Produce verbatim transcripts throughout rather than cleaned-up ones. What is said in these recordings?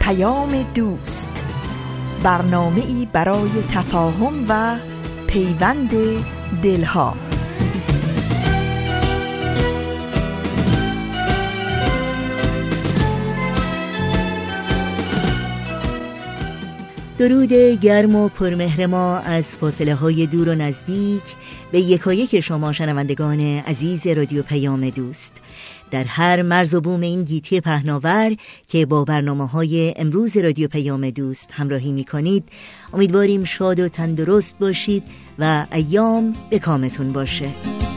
دوست، برنامه‌ای برای تفاهم و پیوند دلها. درود گرم و پرمهر ما از فاصله های دور و نزدیک به یکایک شما شنوندگان عزیز رادیو پیام دوست در هر مرز و بوم این گیتی پهناور که با برنامه های امروز رادیو پیام دوست همراهی می کنید. امیدواریم شاد و تندرست باشید و ایام به کامتون باشه.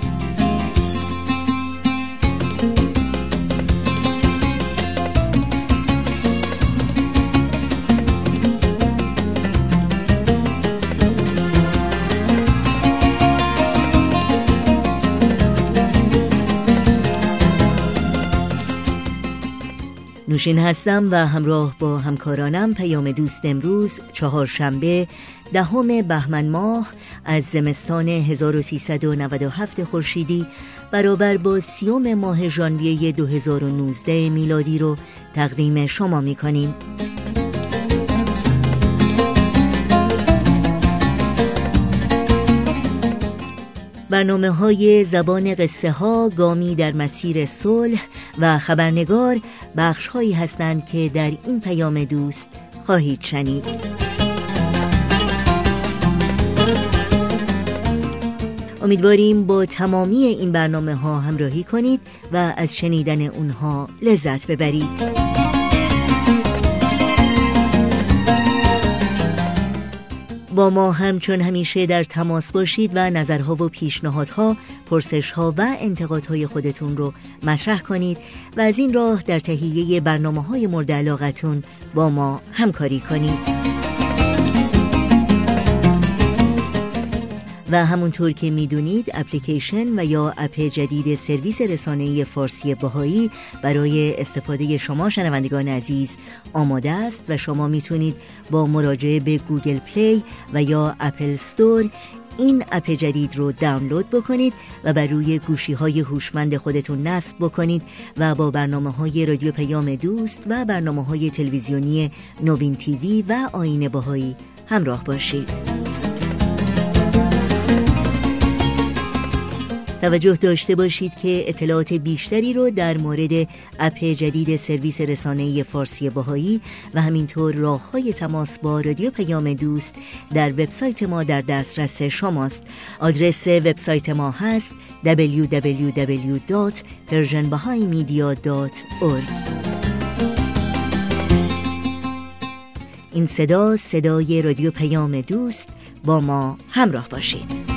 نوشین هستم و همراه با همکارانم پیام دوست امروز چهارشنبه دهم بهمن ماه از زمستان هزار و سیصد و نود و هفت خورشیدی برابر با سیوم ماه ژانویه دو هزار و نوزده میلادی رو تقدیم شما می‌کنیم. برنامه های زبان قصه ها گامی در مسیر صلح و خبرنگار بخش هایی هستند که در این پیام دوست خواهید شنید. امیدواریم با تمامی این برنامه ها همراهی کنید و از شنیدن اونها لذت ببرید. با ما همچون همیشه در تماس باشید و نظرها و پیشنهادها، پرسشها و انتقادهای خودتون رو مطرح کنید و از این راه در تهیه برنامه‌های مورد علاقتون با ما همکاری کنید. و همونطور که میدونید اپلیکیشن و یا اپ جدید سرویس رسانه‌ای فارسی بهایی برای استفاده شما شنوندگان عزیز آماده است و شما میتونید با مراجعه به گوگل پلی و یا اپل استور این اپ جدید رو دانلود بکنید و بر روی گوشی‌های هوشمند خودتون نصب بکنید و با برنامه‌های رادیو پیام دوست و برنامه‌های تلویزیونی نوین تیوی و آیین بهایی همراه باشید. توجه داشته باشید که اطلاعات بیشتری رو در مورد اپ جدید سرویس رسانه‌ای فارسی بهایی و همینطور راه‌های تماس با رادیو پیام دوست در وبسایت ما در دسترس شماست. آدرس وبسایت ما هست دبلیو دبلیو دبلیو دات پرژن بهایی مدیا دات اورگ. این صدا صدای رادیو پیام دوست، با ما همراه باشید.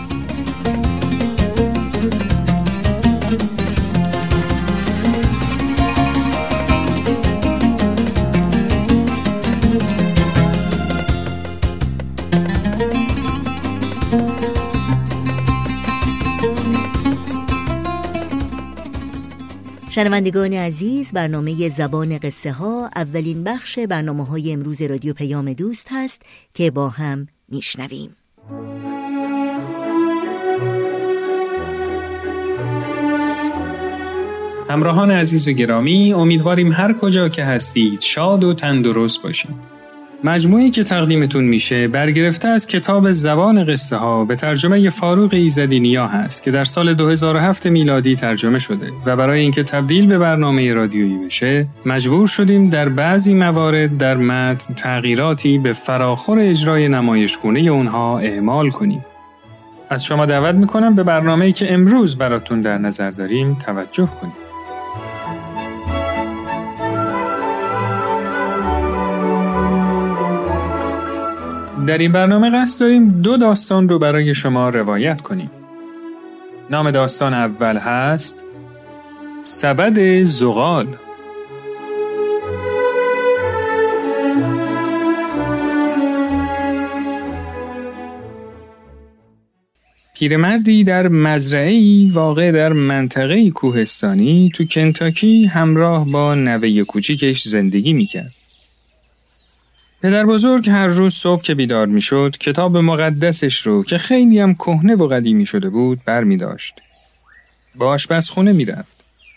شنوندگان عزیز، برنامه زبان قصه ها اولین بخش برنامه های امروز رادیو پیام دوست هست که با هم میشنویم. همراهان عزیز و گرامی، امیدواریم هر کجا که هستید شاد و تندرست باشید. مجموعی که تقدیمتون میشه برگرفته از کتاب زبان قصه ها به ترجمه فاروق ایزدی نیا هست که در سال دو هزار و هفت میلادی ترجمه شده و برای اینکه تبدیل به برنامه رادیویی بشه مجبور شدیم در بعضی موارد در متن تغییراتی به فراخور اجرای نمایشگونه اونها اعمال کنیم. از شما دعوت میکنم به برنامه‌ای که امروز براتون در نظر داریم توجه کنید. در این برنامه قصد داریم دو داستان رو برای شما روایت کنیم. نام داستان اول هست سبد زغال. پیرمردی در مزرعه‌ای واقع در منطقه کوهستانی تو کنتاکی همراه با نوه کوچیکش زندگی میکرد. پدر بزرگ هر روز صبح که بیدار می شد کتاب مقدسش رو که خیلی هم کهنه و قدیمی شده بود بر می داشت. با آشپزخونه می رفت.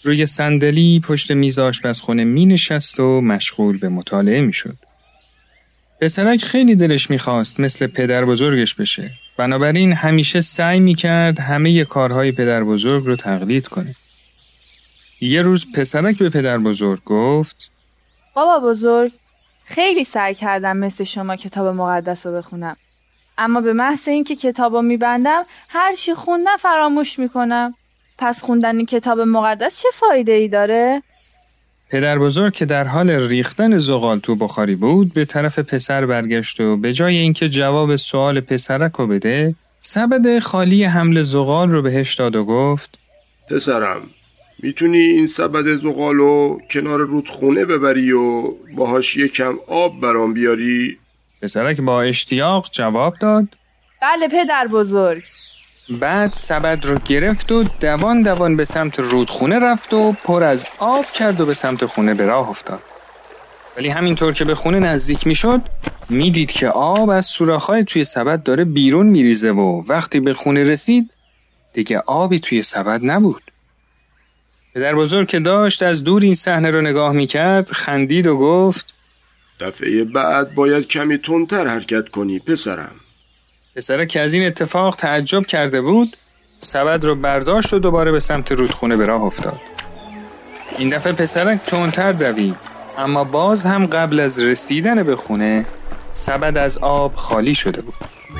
روی صندلی پشت میز آشپزخونه می نشست و مشغول به مطالعه می شد. پسرک خیلی دلش می خواست مثل پدر بزرگش بشه. بنابراین همیشه سعی می کرد همه کارهای پدر بزرگ رو تقلید کنه. یه روز پسرک به پدر بزرگ گفت: بابا بزرگ، خیلی سعی کردم مثل شما کتاب مقدس رو بخونم. اما به محض اینکه کتاب رو می بندم هر چی خوندم فراموش می کنم. پس خوندن کتاب مقدس چه فایده ای داره؟ پدر بزرگ که در حال ریختن زغال تو بخاری بود به طرف پسر برگشت و به جای اینکه جواب سوال پسرک رو بده، سبد خالی حمل زغال رو بهش داد و گفت: پسرم، میتونی این سبد زغال رو کنار رودخونه ببری و باهاش یکم آب برام بیاری؟ پسرک با اشتیاق جواب داد: بله پدر بزرگ. بعد سبد رو گرفت و دوان دوان به سمت رودخونه رفت و پر از آب کرد و به سمت خونه به راه افتاد. ولی همینطور که به خونه نزدیک می شد می دید که آب از سوراخ‌های توی سبد داره بیرون می ریزه و وقتی به خونه رسید دیگه آبی توی سبد نبود. پدر بزرگ که داشت از دور این صحنه رو نگاه می کرد خندید و گفت: دفعه بعد باید کمی تندتر حرکت کنی پسرم. پسرک که از این اتفاق تعجب کرده بود سبد رو برداشت و دوباره به سمت رودخونه به راه افتاد. این دفعه پسرک تندتر دوید، اما باز هم قبل از رسیدن به خونه سبد از آب خالی شده بود.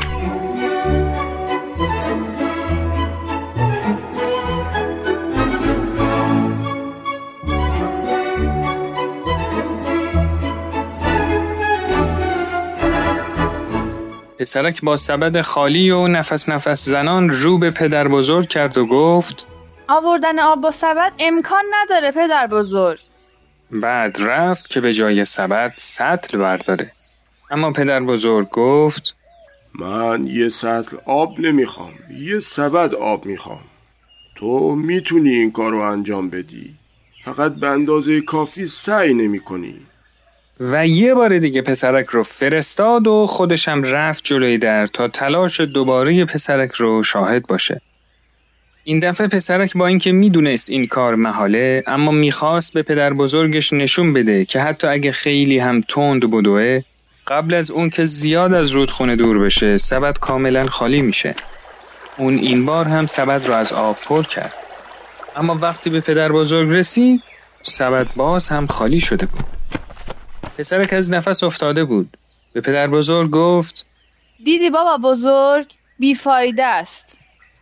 پسرک با سبد خالی و نفس نفس زنان رو به پدر بزرگ کرد و گفت: آوردن آب با سبد امکان نداره پدر بزرگ. بعد رفت که به جای سبد سطل برداره. اما پدر بزرگ گفت: من یه سطل آب نمیخوام، یه سبد آب میخوام. تو میتونی این کار رو انجام بدی، فقط به اندازه کافی سعی نمی کنی. و یه بار دیگه پسرک رو فرستاد و خودش هم رفت جلوی در تا تلاش دوباره پسرک رو شاهد باشه. این دفعه پسرک با اینکه میدونست این کار محاله، اما میخواست به پدر بزرگش نشون بده که حتی اگه خیلی هم تند بدوه، قبل از اون که زیاد از رودخونه دور بشه سبد کاملا خالی میشه. اون این بار هم سبد رو از آب پر کرد. اما وقتی به پدر بزرگ رسید سبد باز هم خالی شده بود. پسرک از نفس افتاده بود. به پدر بزرگ گفت: دیدی بابا بزرگ، بیفایده است.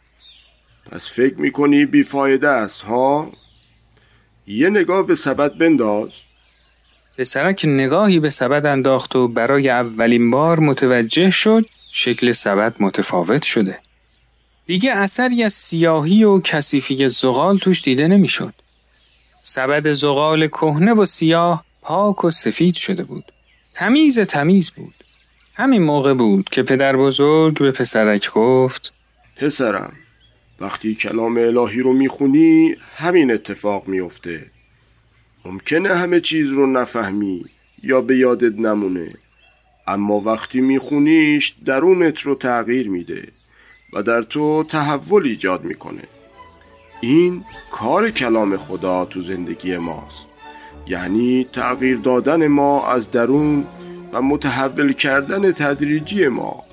پس فکر میکنی بیفایده است ها؟ یه نگاه به سبد بنداز. پسرک نگاهی به سبد انداخت و برای اولین بار متوجه شد شکل سبد متفاوت شده. دیگه اثری از سیاهی و کثیفی زغال توش دیده نمیشد. سبد زغال کهنه و سیاه پاک و سفید شده بود. تمیز تمیز بود. همین موقع بود که پدر بزرگ به پسرک گفت: پسرم، وقتی کلام الهی رو میخونی همین اتفاق میفته. ممکنه همه چیز رو نفهمی یا به یادت نمونه، اما وقتی میخونیش درونت رو تغییر میده و در تو تحول ایجاد میکنه. این کار کلام خدا تو زندگی ماست، یعنی تغییر دادن ما از درون و متحول کردن تدریجی ما.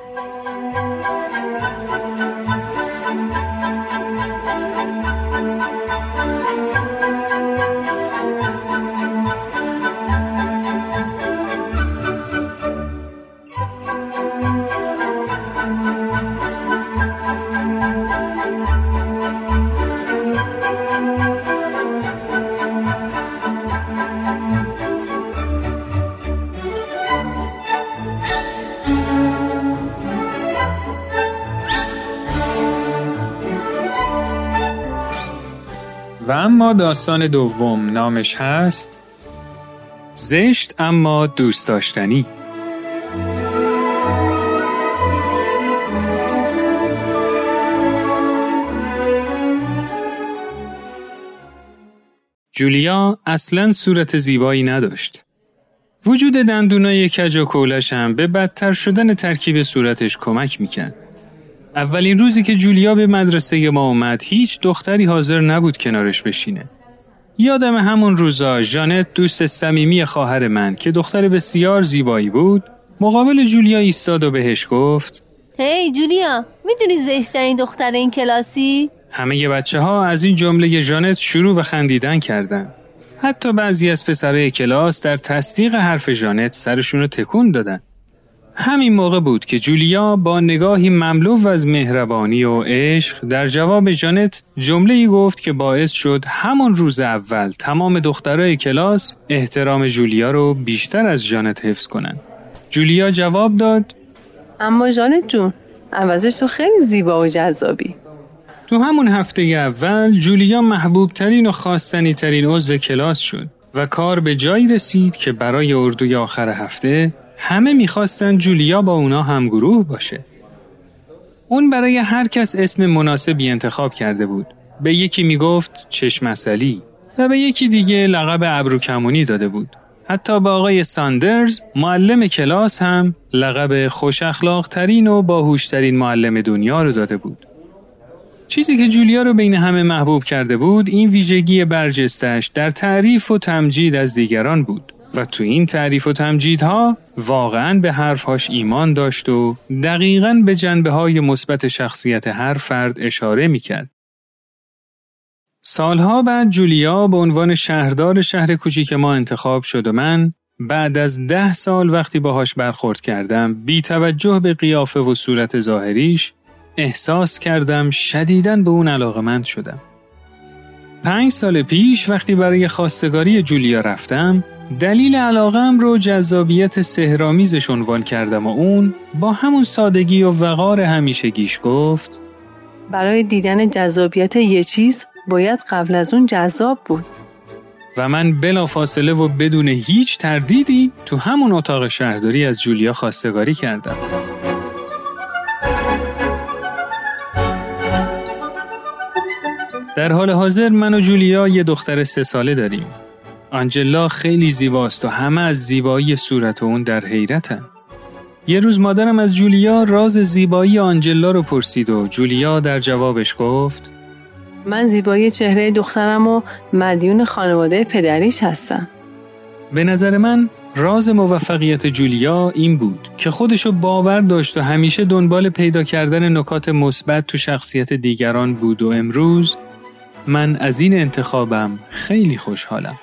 و اما داستان دوم نامش هست زشت اما دوست داشتنی. جولیا اصلاً صورت زیبایی نداشت. وجود دندونای کج و کولش هم به بدتر شدن ترکیب صورتش کمک میکرد. اولین روزی که جولیا به مدرسه ما اومد هیچ دختری حاضر نبود کنارش بشینه. یادم همون روزا ژانت دوست صمیمی خواهر من که دختر بسیار زیبایی بود مقابل جولیا ایستاد و بهش گفت هی hey, جولیا، میدونی زشترین دختر این کلاسی؟ همه ی بچه ها از این جمله ژانت شروع به خندیدن کردن. حتی بعضی از پسرای کلاس در تصدیق حرف ژانت سرشونو تکون دادن. همین موقع بود که جولیا با نگاهی مملو از مهربانی و عشق در جواب ژانت جمله‌ای گفت که باعث شد همون روز اول تمام دخترای کلاس احترام جولیا رو بیشتر از ژانت حفظ کنن. جولیا جواب داد اما ژانت جون، عوضش تو خیلی زیبا و جذابی. تو همون هفته اول جولیا محبوب ترین و خواستنی ترین عضو کلاس شد و کار به جایی رسید که برای اردوی آخر هفته همه میخواستن جولیا با اونا همگروه باشه. اون برای هر کس اسم مناسبی انتخاب کرده بود. به یکی میگفت چشم عسلی و به یکی دیگه لقب ابروکمونی داده بود. حتی با آقای ساندرز معلم کلاس هم لقب خوش اخلاق ترین و باهوش ترین معلم دنیا رو داده بود. چیزی که جولیا رو بین همه محبوب کرده بود این ویژگی برجستش در تعریف و تمجید از دیگران بود و تو این تعریف و تمجیدها واقعاً به حرفهاش ایمان داشت و دقیقاً به جنبه‌های مثبت شخصیت هر فرد اشاره می‌کرد. سالها بعد جولیا به عنوان شهردار شهر کوچیک ما انتخاب شد و من بعد از ده سال وقتی باهاش برخورد کردم بی توجه به قیافه و صورت ظاهریش احساس کردم شدیداً به اون علاقه‌مند شدم. پنج سال پیش وقتی برای خواستگاری جولیا رفتم دلیل علاقم رو جذابیت سحرآمیزش عنوان کردم و اون با همون سادگی و وقار همیشگیش گفت برای دیدن جذابیت یه چیز باید قبل از اون جذاب بود. و من بلافاصله و بدون هیچ تردیدی تو همون اتاق شهرداری از جولیا خواستگاری کردم. در حال حاضر من و جولیا یه دختر سه ساله داریم. آنجلا خیلی زیباست و همه از زیبایی صورت اون در حیرتن. یه روز مادرم از جولیا راز زیبایی آنجلا رو پرسید و جولیا در جوابش گفت من زیبایی چهره دخترم و مدیون خانواده پدریش هستم. به نظر من راز موفقیت جولیا این بود که خودشو باور داشت و همیشه دنبال پیدا کردن نکات مثبت تو شخصیت دیگران بود و امروز من از این انتخابم خیلی خوشحالم.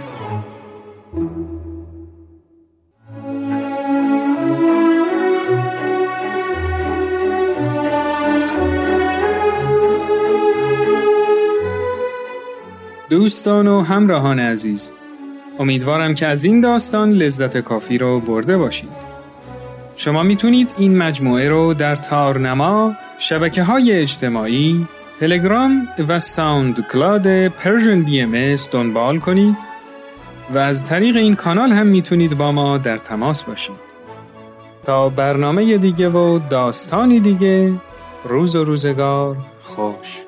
دوستان و همراهان عزیز، امیدوارم که از این داستان لذت کافی رو برده باشید. شما میتونید این مجموعه رو در تارنما، شبکه‌های اجتماعی، تلگرام و ساوند کلاد پرژن بی ام اس دنبال کنید و از طریق این کانال هم میتونید با ما در تماس باشید. تا برنامه دیگه و داستانی دیگه، روز و روزگار خوش.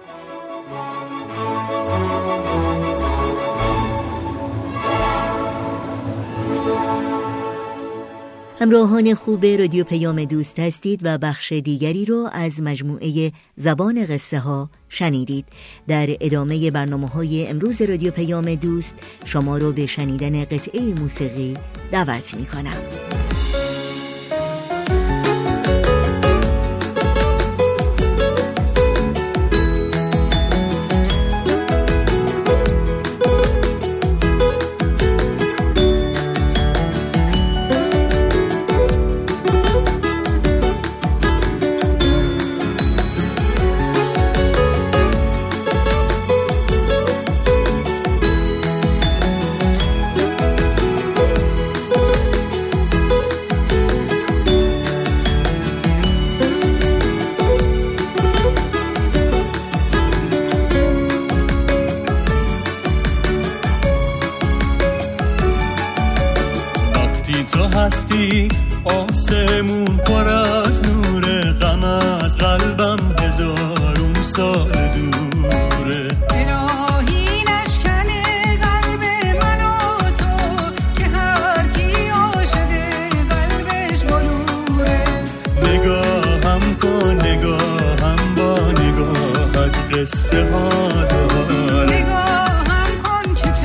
همراهان خوب رادیو پیام دوست هستید و بخش دیگری رو از مجموعه زبان قصه ها شنیدید. در ادامه برنامه‌های امروز رادیو پیام دوست شما رو به شنیدن قطعه موسیقی دعوت می‌کنم. هستی آسمون پر از نور، غم از قلبم هزارون سال دوره. الهی نشکن قلب من و تو که هر کی عاشق قلبش بلوره. نگاهم کن نگاهم با نگاهت قصه ها داره. نگاهم کن که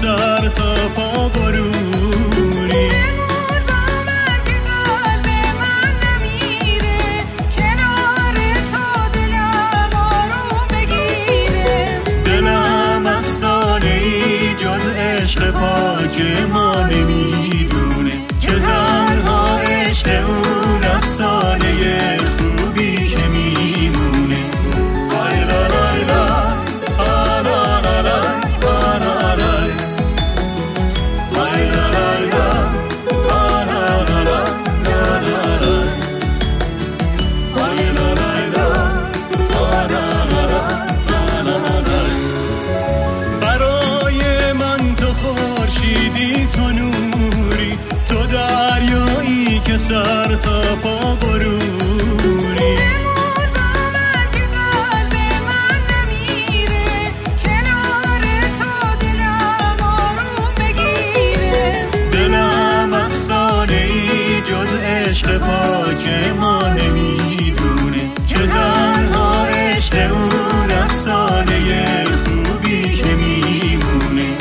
سر تا پا غروری. بمون با من که قلب من نمیره، کنار تو دلم آروم بگیره. دلم افسانه ای جز عشق پاک ما نمیدونه، که تنها عشق اون افسانه خوبی که میمونه. های لا لای لا ها لا لا لای ها لا لای، های لا لای لا ها لا لا لا لا لا لای، های لا لای لا ها لا لا لا لا لای. برای من تو خورشیدی، تو نوری، تو دریایی که سر تا پا غروری. بمون با من که قلب من نمیره، کنار تو دلم آروم بگیره. دلم افسانه ای جز عشق پاک ما نمیدونه، که تنها عشق اون افسانه خوبی که میمونه.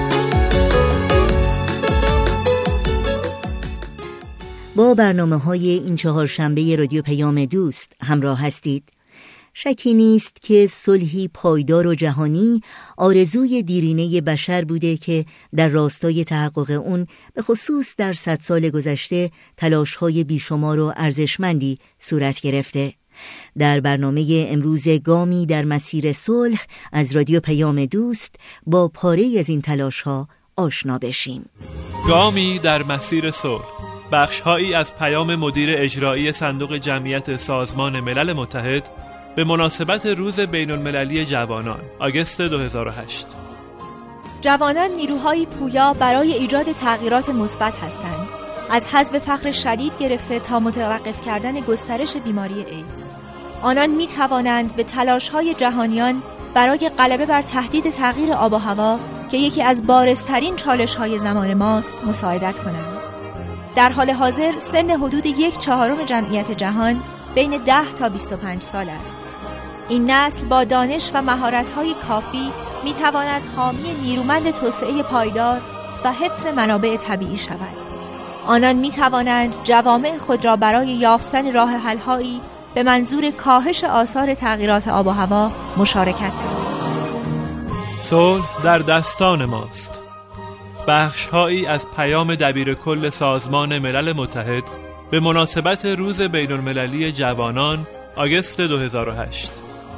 با برنامه های این چهارشنبه رادیو پیام دوست همراه هستید. شکی نیست که صلحی پایدار و جهانی آرزوی دیرینه بشر بوده که در راستای تحقق اون به خصوص در صد سال گذشته تلاش‌های بیشمار و ارزشمندی صورت گرفته. در برنامه امروز گامی در مسیر صلح از رادیو پیام دوست با پاره‌ای از این تلاش‌ها آشنا بشیم. گامی در مسیر صلح، بخش‌هایی از پیام مدیر اجرایی صندوق جمعیت سازمان ملل متحد به مناسبت روز بین المللی جوانان آگوست دو هزار و هشت. جوانان نیروهایی پویا برای ایجاد تغییرات مثبت هستند، از حذف فقر شدید گرفته تا متوقف کردن گسترش بیماری ایدز. آنان می توانند به تلاش‌های جهانیان برای غلبه بر تهدید تغییر آب و هوا که یکی از بارزترین چالش‌های زمان ماست مساعدت کنند. در حال حاضر سن حدود یک چهارم جمعیت جهان بین ده تا بیست و پنج سال است. این نسل با دانش و مهارت‌های کافی می‌تواند حامی نیرومند توسعه پایدار و حفظ منابع طبیعی شود. آنان می‌توانند جوامع خود را برای یافتن راه حل‌هایی به منظور کاهش آثار تغییرات آب و هوا مشارکت دهند. صلح در دستان ماست. بخش‌هایی از پیام دبیر کل سازمان ملل متحد به مناسبت روز بین المللی جوانان آگوست دو هزار و هشت.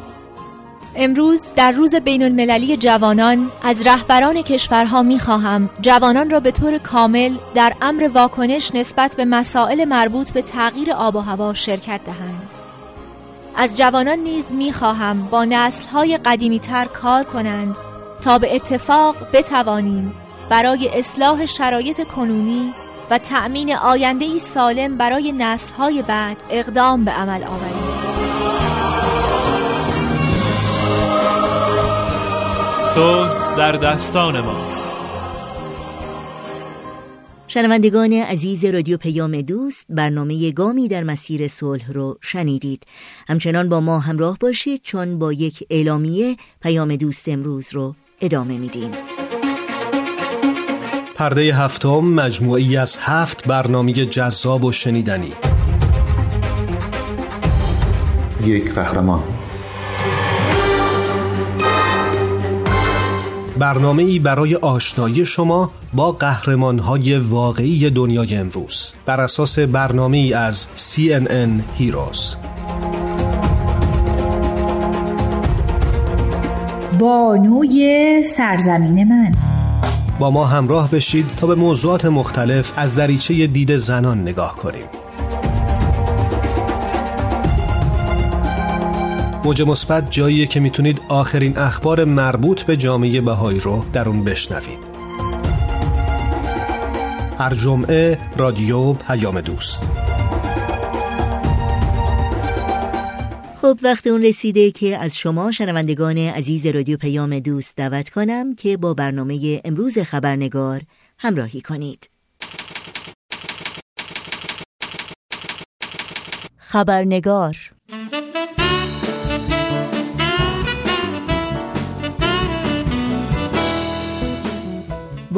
امروز در روز بین المللی جوانان از رهبران کشورها می‌خواهم جوانان را به طور کامل در امر واکنش نسبت به مسائل مربوط به تغییر آب و هوا شرکت دهند. از جوانان نیز می‌خواهم با نسل‌های قدیمی‌تر کار کنند تا به اتفاق بتوانیم برای اصلاح شرایط کنونی و تأمین آینده‌ای سالم برای نسل‌های بعد اقدام به عمل آوریم. صلح در دستان ماست. شنوندگان عزیز رادیو پیام دوست، برنامه گامی در مسیر صلح رو شنیدید. همچنان با ما همراه باشید چون با یک اعلامیه پیام دوست امروز رو ادامه میدیم. پرده هفتم مجموعی از هفت برنامه جذاب و شنیدنی. یک قهرمان، برنامه‌ای برای آشنایی شما با قهرمان‌های واقعی دنیای امروز بر اساس برنامه‌ای از سی ان ان Heroes. بانوی سرزمین من. با ما همراه بشید تا به موضوعات مختلف از دریچه دید زنان نگاه کنیم. موج مثبت جاییه که میتونید آخرین اخبار مربوط به جامعه بهایی رو در اون بشنوید. هر جمعه رادیو پیام دوست. خب وقت اون رسیده که از شما شنوندگان عزیز رادیو پیام دوست دعوت کنم که با برنامه امروز خبرنگار همراهی کنید. خبرنگار.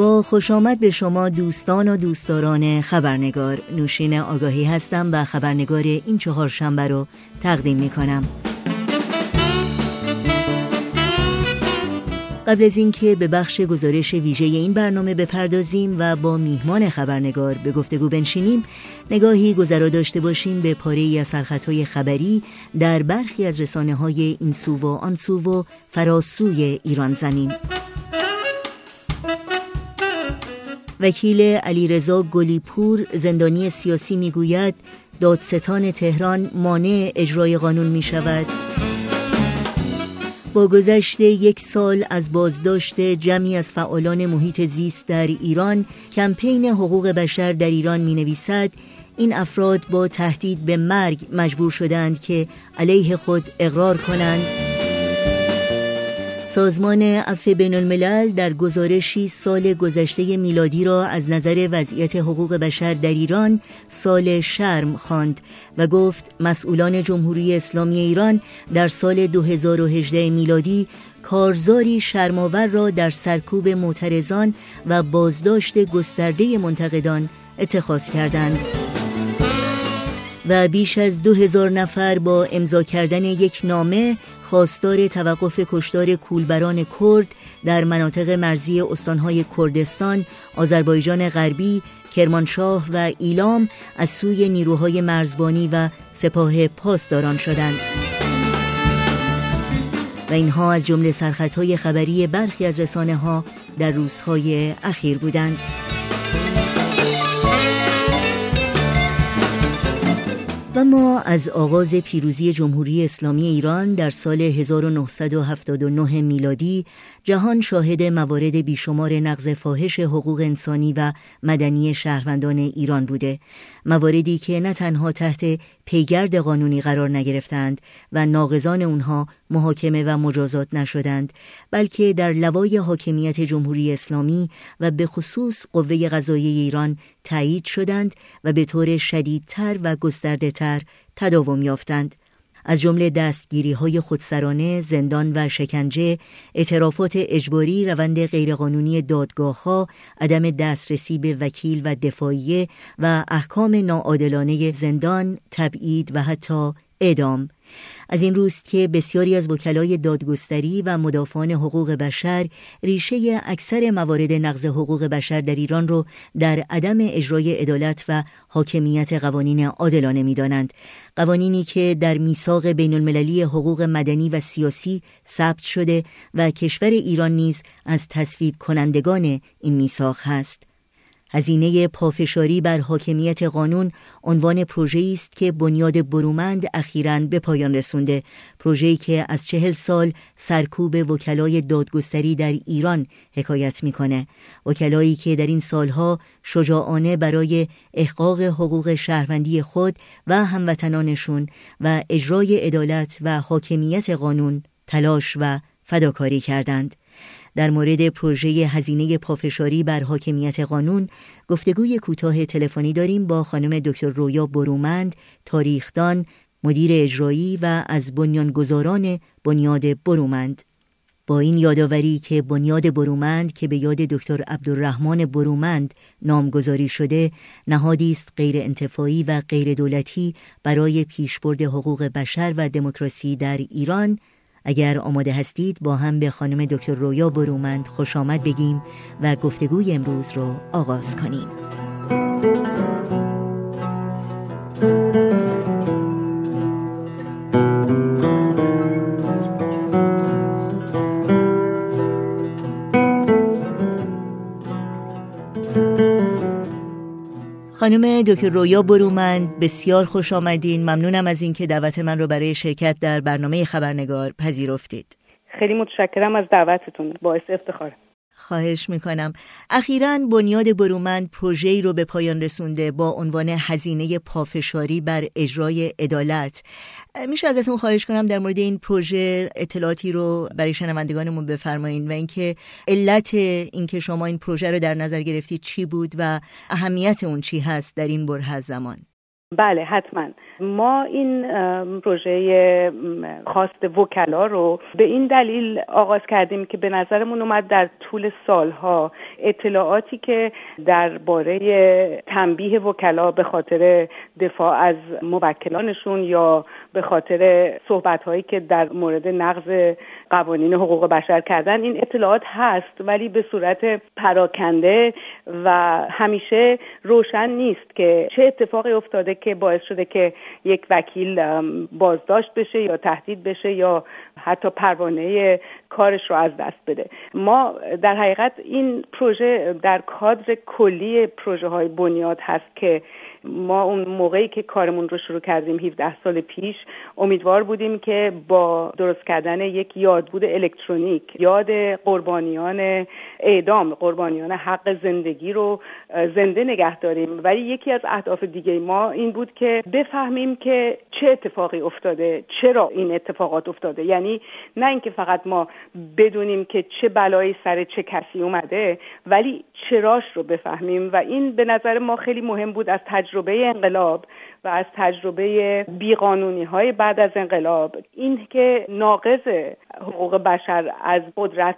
با خوش آمد به شما دوستان و دوستداران خبرنگار. نوشین آگاهی هستم و خبرنگار این چهارشنبه رو تقدیم می کنم. قبل از اینکه به بخش گزارش ویژه این برنامه بپردازیم و با میهمان خبرنگار به گفتگو بنشینیم، نگاهی گذرا داشته باشیم به پاره‌ای از سرخطهای خبری در برخی از رسانه‌های این سو و آن سو و فراسوی ایران زمین. وکیل علیرضا گلیپور زندانی سیاسی میگوید دادستان تهران مانع اجرای قانون می شود. با گذشت یک سال از بازداشت جمعی از فعالان محیط زیست در ایران، کمپین حقوق بشر در ایران می نویسد این افراد با تهدید به مرگ مجبور شدند که علیه خود اقرار کنند. سازمان عفو بین الملل در گزارشی سال گذشته میلادی را از نظر وضعیت حقوق بشر در ایران سال شرم خواند و گفت مسئولان جمهوری اسلامی ایران در سال دو هزار و هجده میلادی کارزاری شرم‌آور را در سرکوب معترضان و بازداشت گسترده منتقدان اتخاذ کردند و بیش از دو هزار نفر با امضا کردن یک نامه خواستار توقف کشتار کولبران کرد در مناطق مرزی استانهای کردستان، آذربایجان غربی، کرمانشاه و ایلام از سوی نیروهای مرزبانی و سپاه پاسداران شدند. و اینها از جمله سرخطهای خبری برخی از رسانه‌ها در روزهای اخیر بودند. و ما از آغاز پیروزی جمهوری اسلامی ایران در سال هزار و نهصد و هفتاد و نه میلادی جهان شاهد موارد بیشمار نقض فاحش حقوق انسانی و مدنی شهروندان ایران بوده، مواردی که نه تنها تحت پیگرد قانونی قرار نگرفتند و ناقضان اونها محاکمه و مجازات نشدند، بلکه در لوای حاکمیت جمهوری اسلامی و به خصوص قوه قضاییه ایران تایید شدند و به طور شدیدتر و گسترده‌تر تداوم یافتند. از جمله دستگیری‌های خودسرانه، زندان و شکنجه، اعترافات اجباری، روند غیرقانونی دادگاه‌ها، عدم دسترسی به وکیل و دفاعیه و احکام ناعادلانه زندان، تبعید و حتی اعدام. از این روست که بسیاری از وکلای دادگستری و مدافعان حقوق بشر ریشه اکثر موارد نقض حقوق بشر در ایران رو در عدم اجرای عدالت و حاکمیت قوانین عادلانه می‌دانند. قوانینی که در میثاق بین المللی حقوق مدنی و سیاسی ثبت شده و کشور ایران نیز از تصویب کنندگان این میثاق هست. هزینه پافشاری بر حاکمیت قانون عنوان پروژه‌ای است که بنیاد برومند اخیراً به پایان رسونده، پروژه‌ای که از چهل سال سرکوب وکلای دادگستری در ایران حکایت می‌کنه، وکلایی که در این سالها شجاعانه برای احقاق حقوق شهروندی خود و هموطنانشون و اجرای عدالت و حاکمیت قانون تلاش و فداکاری کردند. در مورد پروژه هزینه پافشاری بر حاکمیت قانون گفتگوی کوتاه تلفنی داریم با خانم دکتر رویا برومند، تاریخدان، مدیر اجرایی و از بنیانگذاران بنیاد برومند. با این یادآوری که بنیاد برومند که به یاد دکتر عبدالرحمن برومند نامگذاری شده، نهادی است غیر انتفاعی و غیر دولتی برای پیشبرد حقوق بشر و دموکراسی در ایران، اگر آماده هستید با هم به خانم دکتر رویا برومند خوش آمد بگیم و گفتگوی امروز رو آغاز کنیم. خانم دکتر رویا برومند، بسیار خوش آمدین. ممنونم از اینکه دعوت من رو برای شرکت در برنامه خبرنگار پذیرفتید. خیلی متشکرم از دعوتتون، باعث افتخاره. خواهش میکنم. اخیراً بنیاد برومند پروژه‌ای رو به پایان رسونده با عنوان هزینه پافشاری بر اجرای عدالت. میشه ازتون خواهش کنم در مورد این پروژه اطلاعاتی رو برای شنوندگانمون بفرمایید و اینکه علت اینکه شما این پروژه رو در نظر گرفتید چی بود و اهمیت اون چی هست در این بره از زمان؟ بله حتما. ما این پروژه خواست وکلا رو به این دلیل آغاز کردیم که به نظرمون اومد در طول سالها اطلاعاتی که درباره تنبیه وکلا به خاطر دفاع از موکلانشون یا به خاطر صحبت‌هایی که در مورد نقض قوانین حقوق بشر کردن، این اطلاعات هست ولی به صورت پراکنده و همیشه روشن نیست که چه اتفاقی افتاده که باعث شده که یک وکیل بازداشت بشه یا تهدید بشه یا حتی پروانه کارش رو از دست بده. ما در حقیقت این پروژه در کادر کلی پروژه های بنیاد هست که ما اون موقعی که کارمون رو شروع کردیم هفده سال پیش امیدوار بودیم که با درست کردن یک یادبود الکترونیک یاد قربانیان اعدام، قربانیان حق زندگی رو زنده نگه داریم. ولی یکی از اهداف دیگه ما این بود که بفهمیم که چه اتفاقی افتاده، چرا این اتفاقات افتاده. یعنی نه اینکه فقط ما بدونیم که چه بلایی سر چه کسی اومده، ولی چراش رو بفهمیم و این به نظر ما خیلی مهم بود از تجربه انقلاب و از تجربه بیقانونی های بعد از انقلاب. این که ناقض حقوق بشر از قدرت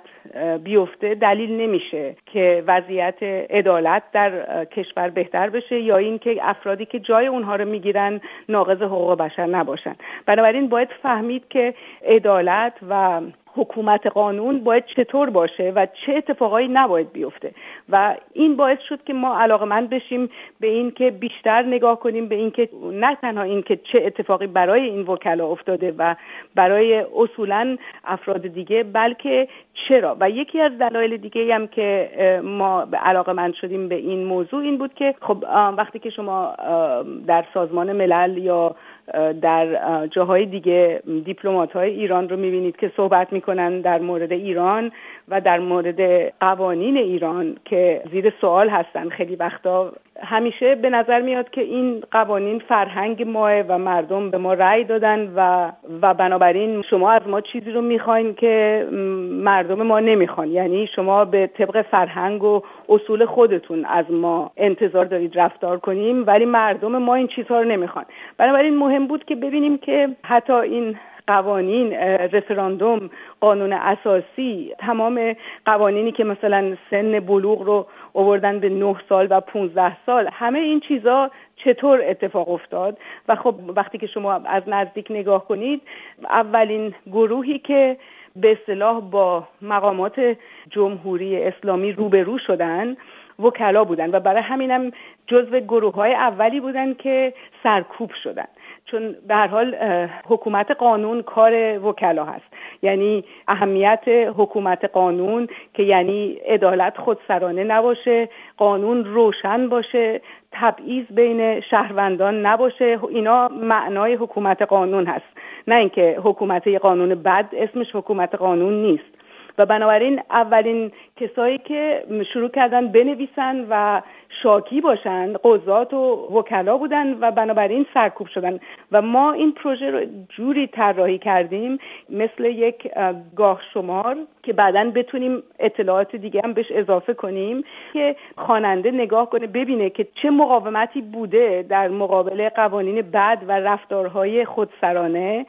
بیفته دلیل نمیشه که وضعیت عدالت در کشور بهتر بشه یا این که افرادی که جای اونها رو میگیرن ناقض حقوق بشر نباشن. بنابراین باید فهمید که عدالت و حکومت قانون باید چطور باشه و چه اتفاقایی نباید بیفته و این باعث شد که ما علاقمند بشیم به این که بیشتر نگاه کنیم به این که نه تنها این که چه اتفاقی برای این وکلا افتاده و برای اصولاً افراد دیگه، بلکه چرا. و یکی از دلایل دیگه هم که ما علاقمند شدیم به این موضوع این بود که خب وقتی که شما در سازمان ملل یا در جاهای دیگه دیپلمات‌های ایران رو می‌بینید که صحبت می‌کنن در مورد ایران و در مورد قوانین ایران که زیر سوال هستن، خیلی وقتا همیشه به نظر میاد که این قوانین فرهنگ ماه و مردم به ما رأی دادن و و بنابراین شما از ما چیزی رو میخواین که مردم ما نمیخوان. یعنی شما به طبق فرهنگ و اصول خودتون از ما انتظار دارید رفتار کنیم ولی مردم ما این چیزها رو نمیخوان. بنابراین مهم بود که ببینیم که حتی این قوانین، رفراندوم، قانون اساسی، تمام قوانینی که مثلا سن بلوغ رو آوردن به نه سال و پونزده سال، همه این چیزا چطور اتفاق افتاد. و خب وقتی که شما از نزدیک نگاه کنید، اولین گروهی که به اصطلاح با مقامات جمهوری اسلامی روبرو شدن وکلا بودن و برای همینم جزو گروه‌های اولی بودن که سرکوب شدن، چون به هر حال حکومت قانون کار وکلا هست. یعنی اهمیت حکومت قانون که یعنی عدالت خودسرانه نباشه، قانون روشن باشه، تبعیض بین شهروندان نباشه، اینا معنای حکومت قانون هست. نه اینکه حکومت قانون بد اسمش حکومت قانون نیست. و بنابراین اولین کسایی که شروع کردن بنویسن و شاکی باشن قضات و وکلا بودن و بنابراین سرکوب شدن و ما این پروژه رو جوری طراحی کردیم مثل یک گاه شمار که بعداً بتونیم اطلاعات دیگه هم بهش اضافه کنیم که خواننده نگاه کنه ببینه که چه مقاومتی بوده در مقابل قوانین بد و رفتارهای خودسرانه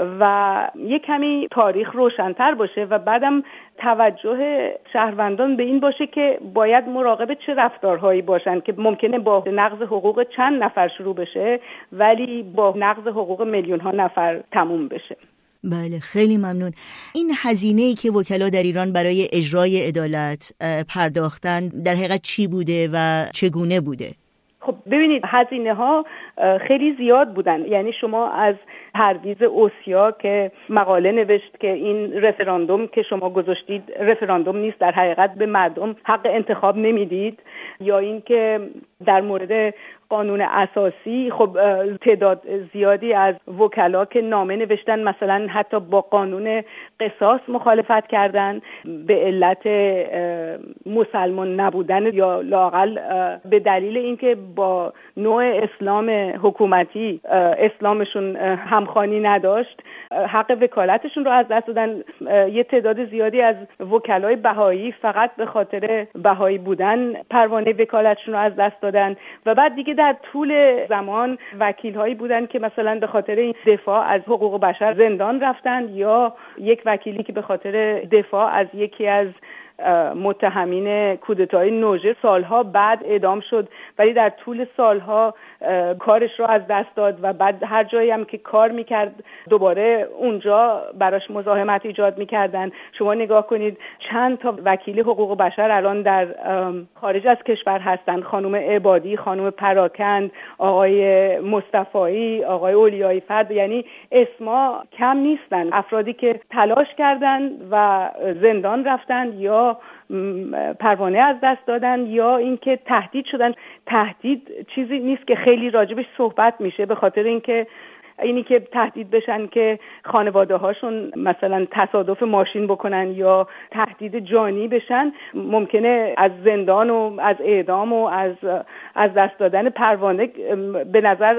و یک کمی تاریخ روشن‌تر باشه و بعدم توجه شهروندان به این باشه که باید مراقب چه رفتارهایی باشن که ممکنه با نقض حقوق چند نفر شروع بشه ولی با نقض حقوق میلیون ها نفر تموم بشه. بله، خیلی ممنون. این هزینه‌ای که وکلا در ایران برای اجرای عدالت پرداختن در حقیقت چی بوده و چگونه بوده؟ خب ببینید هزینه ها خیلی زیاد بودن. یعنی شما از پرویز اوسیا که مقاله نوشت که این رفراندوم که شما گذاشتید رفراندوم نیست، در حقیقت به مردم حق انتخاب نمیدید، یا این که در مورد قانون اساسی خب تعداد زیادی از وکلا که نامه نوشتن مثلا حتی با قانون قصاص مخالفت کردن به علت مسلمان نبودن یا لااقل به دلیل اینکه با نوع اسلام حکومتی اسلامشون همخوانی نداشت حق وکالتشون رو از دست دادن. یه تعداد زیادی از وکلای بهایی فقط به خاطر بهایی بودن پروانه وکالتشون رو از دست دادن و بعد دیگه در طول زمان وکیل‌هایی بودن که مثلا به خاطر این دفاع از حقوق بشر زندان رفتن، یا یک وکیلی که به خاطر دفاع از یکی از متهمین کودتای نوژه سالها بعد اعدام شد، ولی در طول سالها کارش رو از دست داد و بعد هر جایی هم که کار میکرد دوباره اونجا براش مزاحمت ایجاد میکردن. شما نگاه کنید چند تا وکیل حقوق بشر الان در خارج از کشور هستن، خانم عبادی، خانم پراکند، آقای مصطفایی، آقای اولیایی فرد، یعنی اسما کم نیستن، افرادی که تلاش کردن و زندان رفتن یا پروانه از دست دادن یا اینکه تهدید شدن. تهدید چیزی نیست که خیلی راجبش صحبت میشه، به خاطر اینکه اینی که تهدید بشن که خانواده هاشون مثلا تصادف ماشین بکنن یا تهدید جانی بشن، ممکنه از زندان و از اعدام و از از دست دادن پروانه به نظر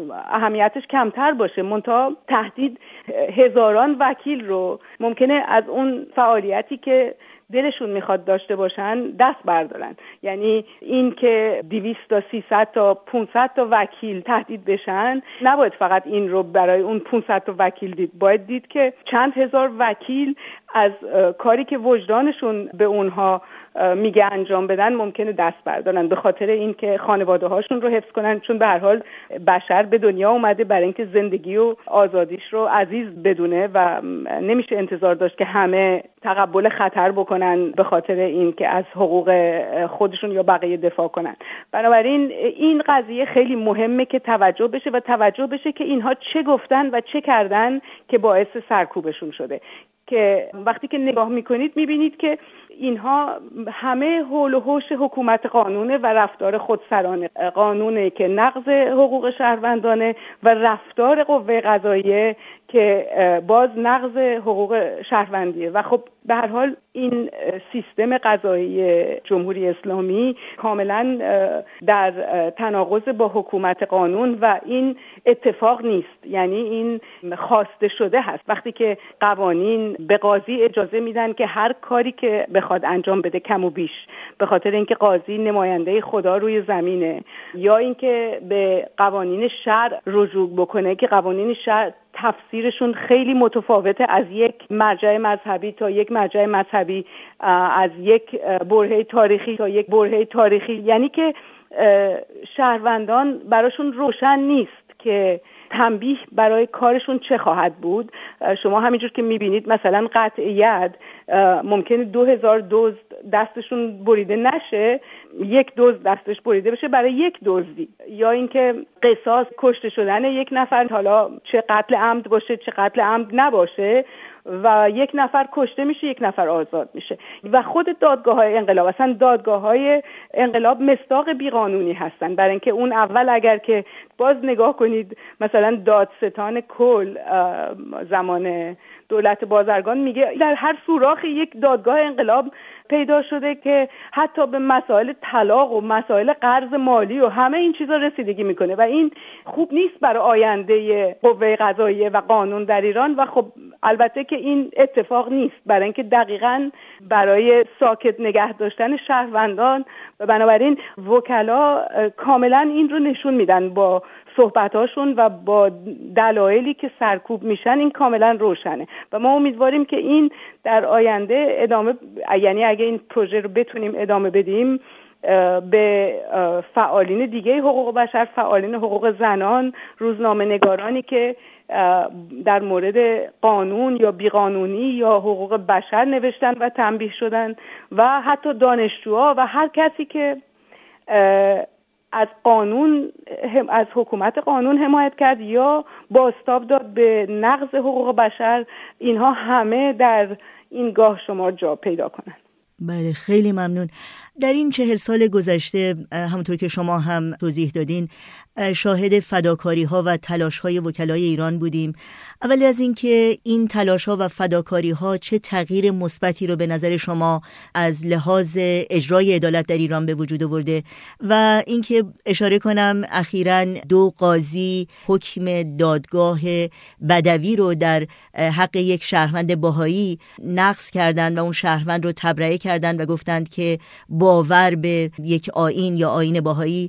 اهمیتش کمتر باشه. منتها تهدید هزاران وکیل رو ممکنه از اون فعالیتی که دلشون میخواد داشته باشن دست بردارن. یعنی این که دویست تا سیصد تا پانصد تا وکیل تهدید بشن، نباید فقط این رو برای اون پانصد تا وکیل دید، باید دید که چند هزار وکیل از کاری که وجدانشون به اونها میگه انجام بدن ممکنه دست بردارن، به خاطر اینکه خانواده هاشون رو حفظ کنن، چون به هر حال بشر به دنیا اومده برای اینکه زندگی و آزادیش رو عزیز بدونه و نمیشه انتظار داشت که همه تقبل خطر بکنن به خاطر اینکه از حقوق خودشون یا بقیه دفاع کنن. بنابراین این قضیه خیلی مهمه که توجه بشه و توجه بشه که اینها چه گفتن و چه کردن که باعث سرکوبشون شده، که وقتی که نگاه میکنید میبینید که اینها همه حول و حوش حکومت قانونه و رفتار خودسرانه قانونه که نقض حقوق شهروندانه و رفتار قوه قضاییه که باز نقض حقوق شهروندیه. و خب به هر حال این سیستم قضایی جمهوری اسلامی کاملا در تناقض با حکومت قانون و این اتفاق نیست، یعنی این خواسته شده هست. وقتی که قوانین به قاضی اجازه میدن که هر کاری که بخواد انجام بده کم و بیش، به خاطر اینکه قاضی نماینده خدا روی زمینه، یا اینکه به قوانین شرع رجوع بکنه که قوانین شرع تفسیرشون خیلی متفاوته از یک مرجع مذهبی تا یک مرجع مذهبی، از یک برهه تاریخی تا یک برهه تاریخی، یعنی که شهروندان براشون روشن نیست که تنبیه برای کارشون چه خواهد بود. شما همینجور که میبینید مثلا قطع ید ممکنه دو هزار دزد دستشون بریده نشه، یک دزد دستش بریده بشه برای یک دزدی، یا اینکه قصاص کشته شدن یک نفر، حالا چه قتل عمد باشه چه قتل عمد نباشه، و یک نفر کشته میشه یک نفر آزاد میشه. و خود دادگاه‌های انقلاب، اصلا دادگاه‌های انقلاب مصداق بیقانونی هستن، برای اینکه اون اول اگر که باز نگاه کنید مثلا دادستان کل زمان دولت بازرگان میگه در هر سوراخ یک دادگاه انقلاب پیدا شده که حتی به مسائل طلاق و مسائل قرض مالی و همه این چیزا رسیدگی میکنه و این خوب نیست برای آینده قوه قضاییه و قانون در ایران. و خب البته که این اتفاق نیست، برای اینکه دقیقاً برای ساکت نگه داشتن شهروندان و بنابراین وکلا کاملا این رو نشون میدن با صحبتاشون و با دلایلی که سرکوب میشن، این کاملا روشنه و ما امیدواریم که این در آینده ادامه، یعنی اگه این پروژه رو بتونیم ادامه بدیم، به فعالین دیگه حقوق بشر، فعالین حقوق زنان، روزنامه نگارانی که در مورد قانون یا بیقانونی یا حقوق بشر نوشتن و تنبیه شدن، و حتی دانشجوها و هر کسی که از قانون، از حکومت قانون حمایت کرد یا بازتاب داد به نقض حقوق بشر، اینها همه در این گاه شمار جا پیدا کنند. بله، خیلی ممنون. در این چهل سال گذشته همونطور که شما هم توضیح دادین، شاهد فداکاری ها و تلاش های وکلای ایران بودیم. اولی از این که این تلاش ها و فداکاری ها چه تغییر مثبتی رو به نظر شما از لحاظ اجرای عدالت در ایران به وجود آورده و اینکه اشاره کنم اخیراً دو قاضی حکم دادگاه بدوی رو در حق یک شهروند بهایی نقض کردند و اون شهروند رو تبرئه کردند و گفتند که باور به یک آیین یا آیین بهایی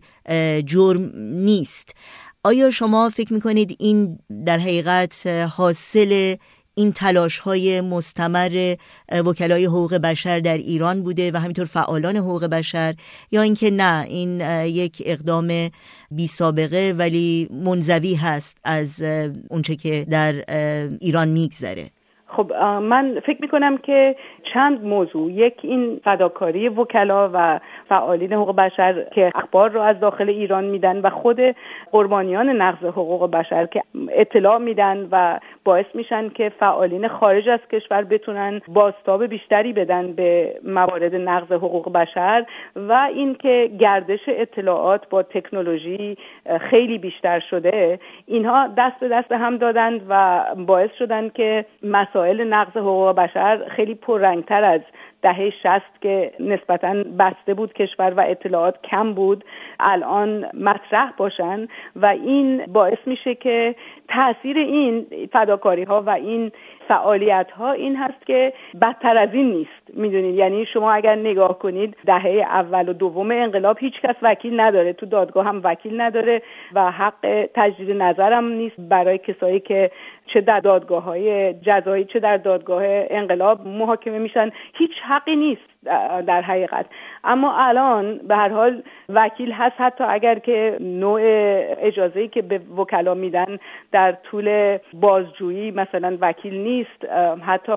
جرم نیست. آیا شما فکر میکنید این در حقیقت حاصل این تلاش‌های مستمر وکلای حقوق بشر در ایران بوده و همینطور فعالان حقوق بشر، یا اینکه نه این یک اقدام بی سابقه ولی منزوی هست از اونچه که در ایران میگذره؟ خب من فکر میکنم که چند موضوع، یک این فداکاری وکلا و فعالین حقوق بشر که اخبار رو از داخل ایران میدن و خود قربانیان نقض حقوق بشر که اطلاع میدن و باعث میشن که فعالین خارج از کشور بتونن بازتاب بیشتری بدن به موارد نقض حقوق بشر و اینکه گردش اطلاعات با تکنولوژی خیلی بیشتر شده، اینها دست به دست هم دادند و باعث شدن که مسائل نقض حقوق بشر خیلی پررنگتر از دهه شصت که نسبتاً بسته بود کشور و اطلاعات کم بود الان مطرح باشن و این باعث میشه که تأثیر این فداکاری ها و این فعالیت ها این هست که بدتر از این نیست. میدونید یعنی شما اگر نگاه کنید دهه اول و دوم انقلاب هیچ کس وکیل نداره، تو دادگاه هم وکیل نداره و حق تجدید نظر هم نیست برای کسایی که چه در دادگاه های جزایی چه در دادگاه انقلاب محاکمه میشن، هیچ حقی نیست در حقیقت. اما الان به هر حال وکیل هست، حتی اگر که نوع اجازه‌ای که به وکلا میدن در طول بازجویی مثلا وکیل نیست، حتی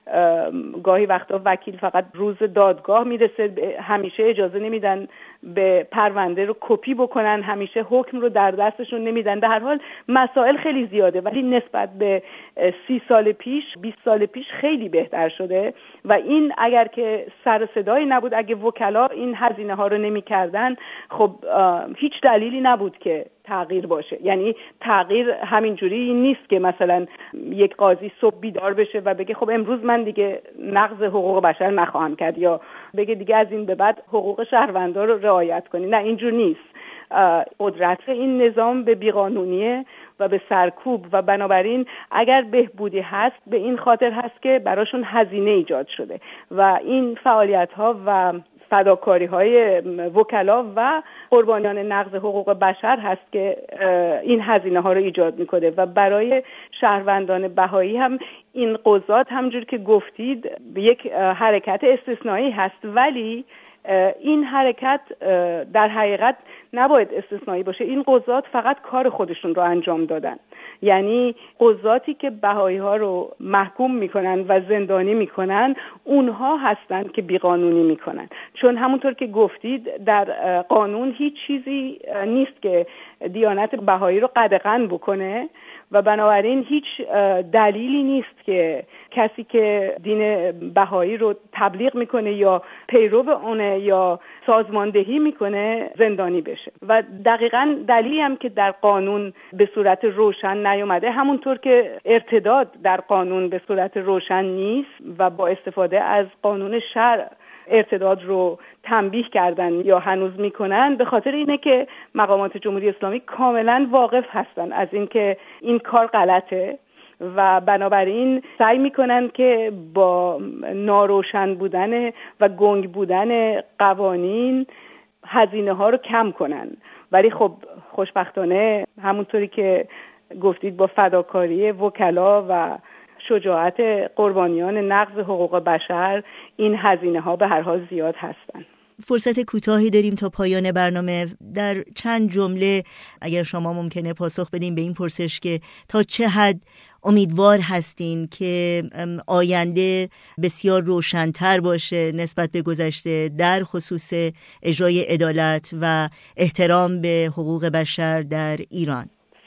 گاهی وقتا وکیل فقط روز دادگاه میرسه، همیشه اجازه نمیدن به پرونده رو کپی بکنن، همیشه حکم رو در دستشون نمیدن. به هر حال مسائل خیلی زیاده ولی نسبت به سی سال پیش بیست سال پیش خیلی بهتر شده و این اگر که سر صدایی نبود، اگه وکلا این هزینه ها رو نمی کردن، خب هیچ دلیلی نبود که تغییر باشه. یعنی تغییر همینجوری نیست که مثلا یک قاضی صبح بیدار بشه و بگه خب امروز من دیگه نقض حقوق بشر نخواهم کرد یا بگه دیگه از این به بعد حقوق شهروندان رو رعایت کنی. نه، اینجور نیست. قدرت این نظام به بیقانونیه و به سرکوب و بنابراین اگر بهبودی هست به این خاطر هست که براشون هزینه ایجاد شده و این فعالیت ها و فداکاری های وکلا و قربانیان نقض حقوق بشر هست که این هزینه ها رو ایجاد میکنه و برای شهروندان بهایی هم این قضات همجور که گفتید یک حرکت استثنایی هست، ولی این حرکت در حقیقت نباید استثنایی باشه. این قضات فقط کار خودشون رو انجام دادن، یعنی قضاتی که بهایی ها رو محکوم میکنن و زندانی میکنن اونها هستن که بیقانونی میکنن، چون همونطور که گفتید در قانون هیچ چیزی نیست که دیانت بهایی رو قدغن بکنه و بنابراین هیچ دلیلی نیست که کسی که دین بهایی رو تبلیغ میکنه یا پیرو اونه یا سازماندهی میکنه زندانی بشه. و دقیقاً دلیلی هم که در قانون به صورت روشن نیومده، همونطور که ارتداد در قانون به صورت روشن نیست و با استفاده از قانون شرع ارتداد رو تنبیه کردن یا هنوز میکنن، به خاطر اینه که مقامات جمهوری اسلامی کاملا واقف هستن از اینکه این کار غلطه و بنابراین سعی میکنن که با ناروشن بودن و گنگ بودن قوانین هزینه ها رو کم کنن. ولی خب خوشبختانه همونطوری که گفتید با فداکاری وکلا و شجاعت قربانیان نقض حقوق بشر این هزینه ها به هر حال زیاد هستند. فرصت کوتاهی داریم تا پایان برنامه. در چند جمله اگر شما ممکنه پاسخ بدین به این پرسش که تا چه حد امیدوار هستین که آینده بسیار روشن‌تر باشه نسبت به گذشته در خصوص اجرای عدالت و احترام به حقوق بشر در ایران؟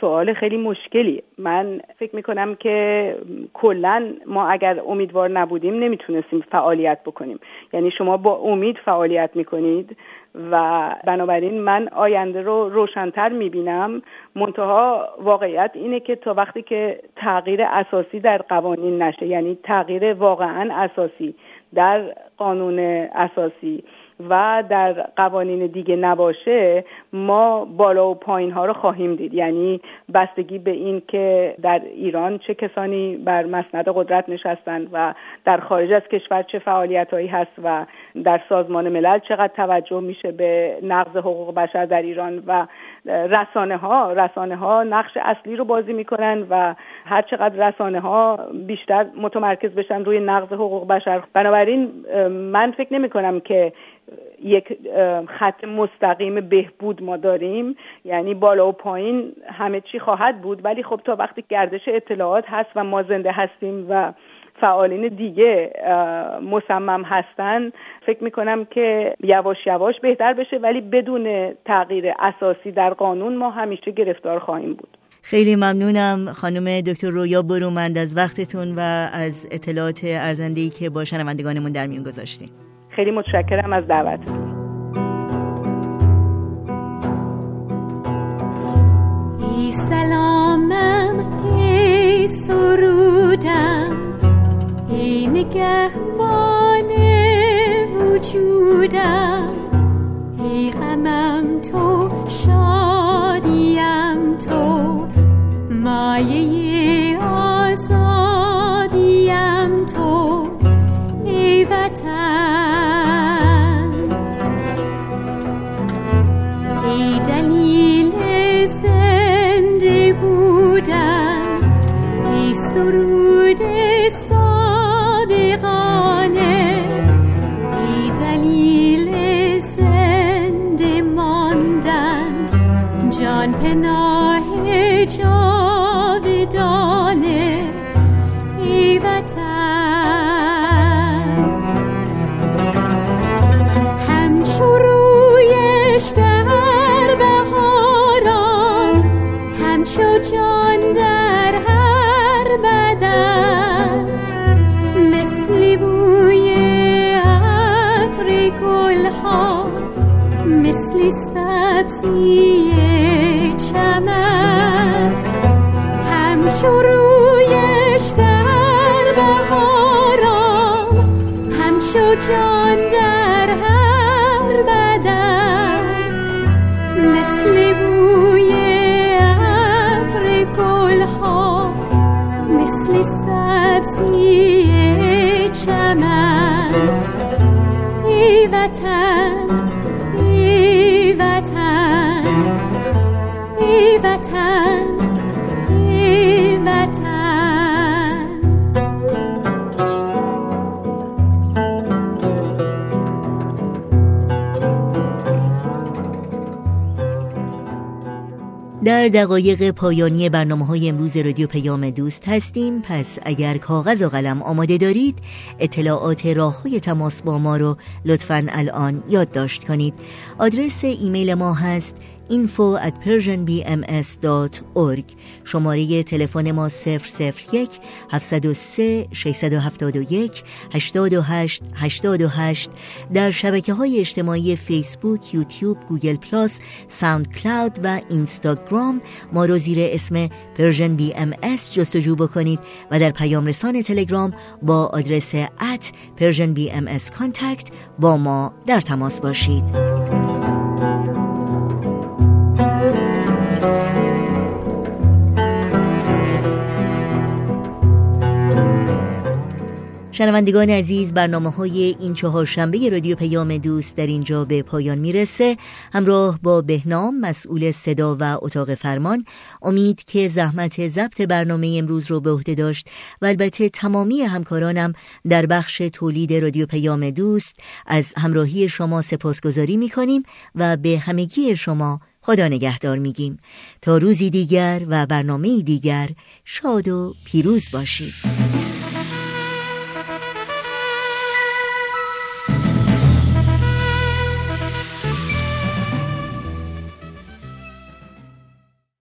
سوال خیلی مشکلیه. من فکر میکنم که کلاً ما اگر امیدوار نبودیم نمیتونستیم فعالیت بکنیم. یعنی شما با امید فعالیت میکنید و بنابراین من آینده رو روشن‌تر میبینم. منتها واقعیت اینه که تا وقتی که تغییر اساسی در قوانین نشه، یعنی تغییر واقعاً اساسی در قانون اساسی و در قوانین دیگه نباشه، ما بالا و پایین ها رو خواهیم دید. یعنی بستگی به این که در ایران چه کسانی بر مسند قدرت نشستن و در خارج از کشور چه فعالیت هایی هست و در سازمان ملل چقدر توجه میشه به نقض حقوق بشر در ایران و رسانه ها رسانه ها نقش اصلی رو بازی میکنن و هر چقدر رسانه ها بیشتر متمرکز بشن روی نقض حقوق بشر. بنابراین من فکر نمی کنم که یک خط مستقیم بهبود ما داریم، یعنی بالا و پایین همه چی خواهد بود، ولی خب تا وقتی گردش اطلاعات هست و ما زنده هستیم و فعالین دیگه مصمم هستن، فکر میکنم که یواش یواش بهتر بشه، ولی بدون تغییر اساسی در قانون ما همیشه گرفتار خواهیم بود. خیلی ممنونم خانم دکتر رویا برومند از وقتتون و از اطلاعات ارزنده‌ای که با شنوندگانمون در میون گذاشتین. خیلی متشکرم از دعوتتون. ای سلامم، ای سرودم، ای نگهبان وجودم، ای غمم تو، شادیم تو، مایه آزادیم تو، ای وطن، ای دلیل زنده بودن، ای سرود صادقانه، ای دلیل زنده ماندن، جان پناه جاودانه، ای وطن، همچو رویش در بهاران، همچو جان در هر بدن، مثل بوی عطر گلها، مثل سبزی چمن، همچو رویش در بهاران، همچو جان در هر بدن، مثل بوی عطر گلها، مثل سبزی چمن، ای وطن، ای وطن، ای وطن، ای وطن. در دقایق پایانی برنامه‌های امروز رادیو پیام دوست هستیم، پس اگر کاغذ و قلم آماده دارید اطلاعات راه‌های تماس با ما رو لطفاً الان یادداشت کنید. آدرس ایمیل ما هست info at persian b m s dot org. شماره تلفن ما صفر صفر یک هفت صفر سه شش هفت یک هشت هشت هشت هشت. در شبکه‌های اجتماعی فیسبوک، یوتیوب، گوگل پلاس، ساوند کلاود و اینستاگرام ما رو زیر اسم پرژن بی ام اس جستجو بکنید و در پیام رسان تلگرام با آدرس ات پرژن بی ام اس کانتکت با ما در تماس باشید. شنوندگان عزیز، برنامه‌های این چهارشنبه رادیو پیام دوست در اینجا به پایان میرسه. همراه با بهنام مسئول صدا و اتاق فرمان، امید که زحمت ضبط برنامه امروز رو به عهده داشت و البته تمامی همکارانم در بخش تولید رادیو پیام دوست، از همراهی شما سپاسگزاری می‌کنیم و به همگی شما خدا نگهدار میگیم. تا روزی دیگر و برنامه‌ای دیگر شاد و پیروز باشید.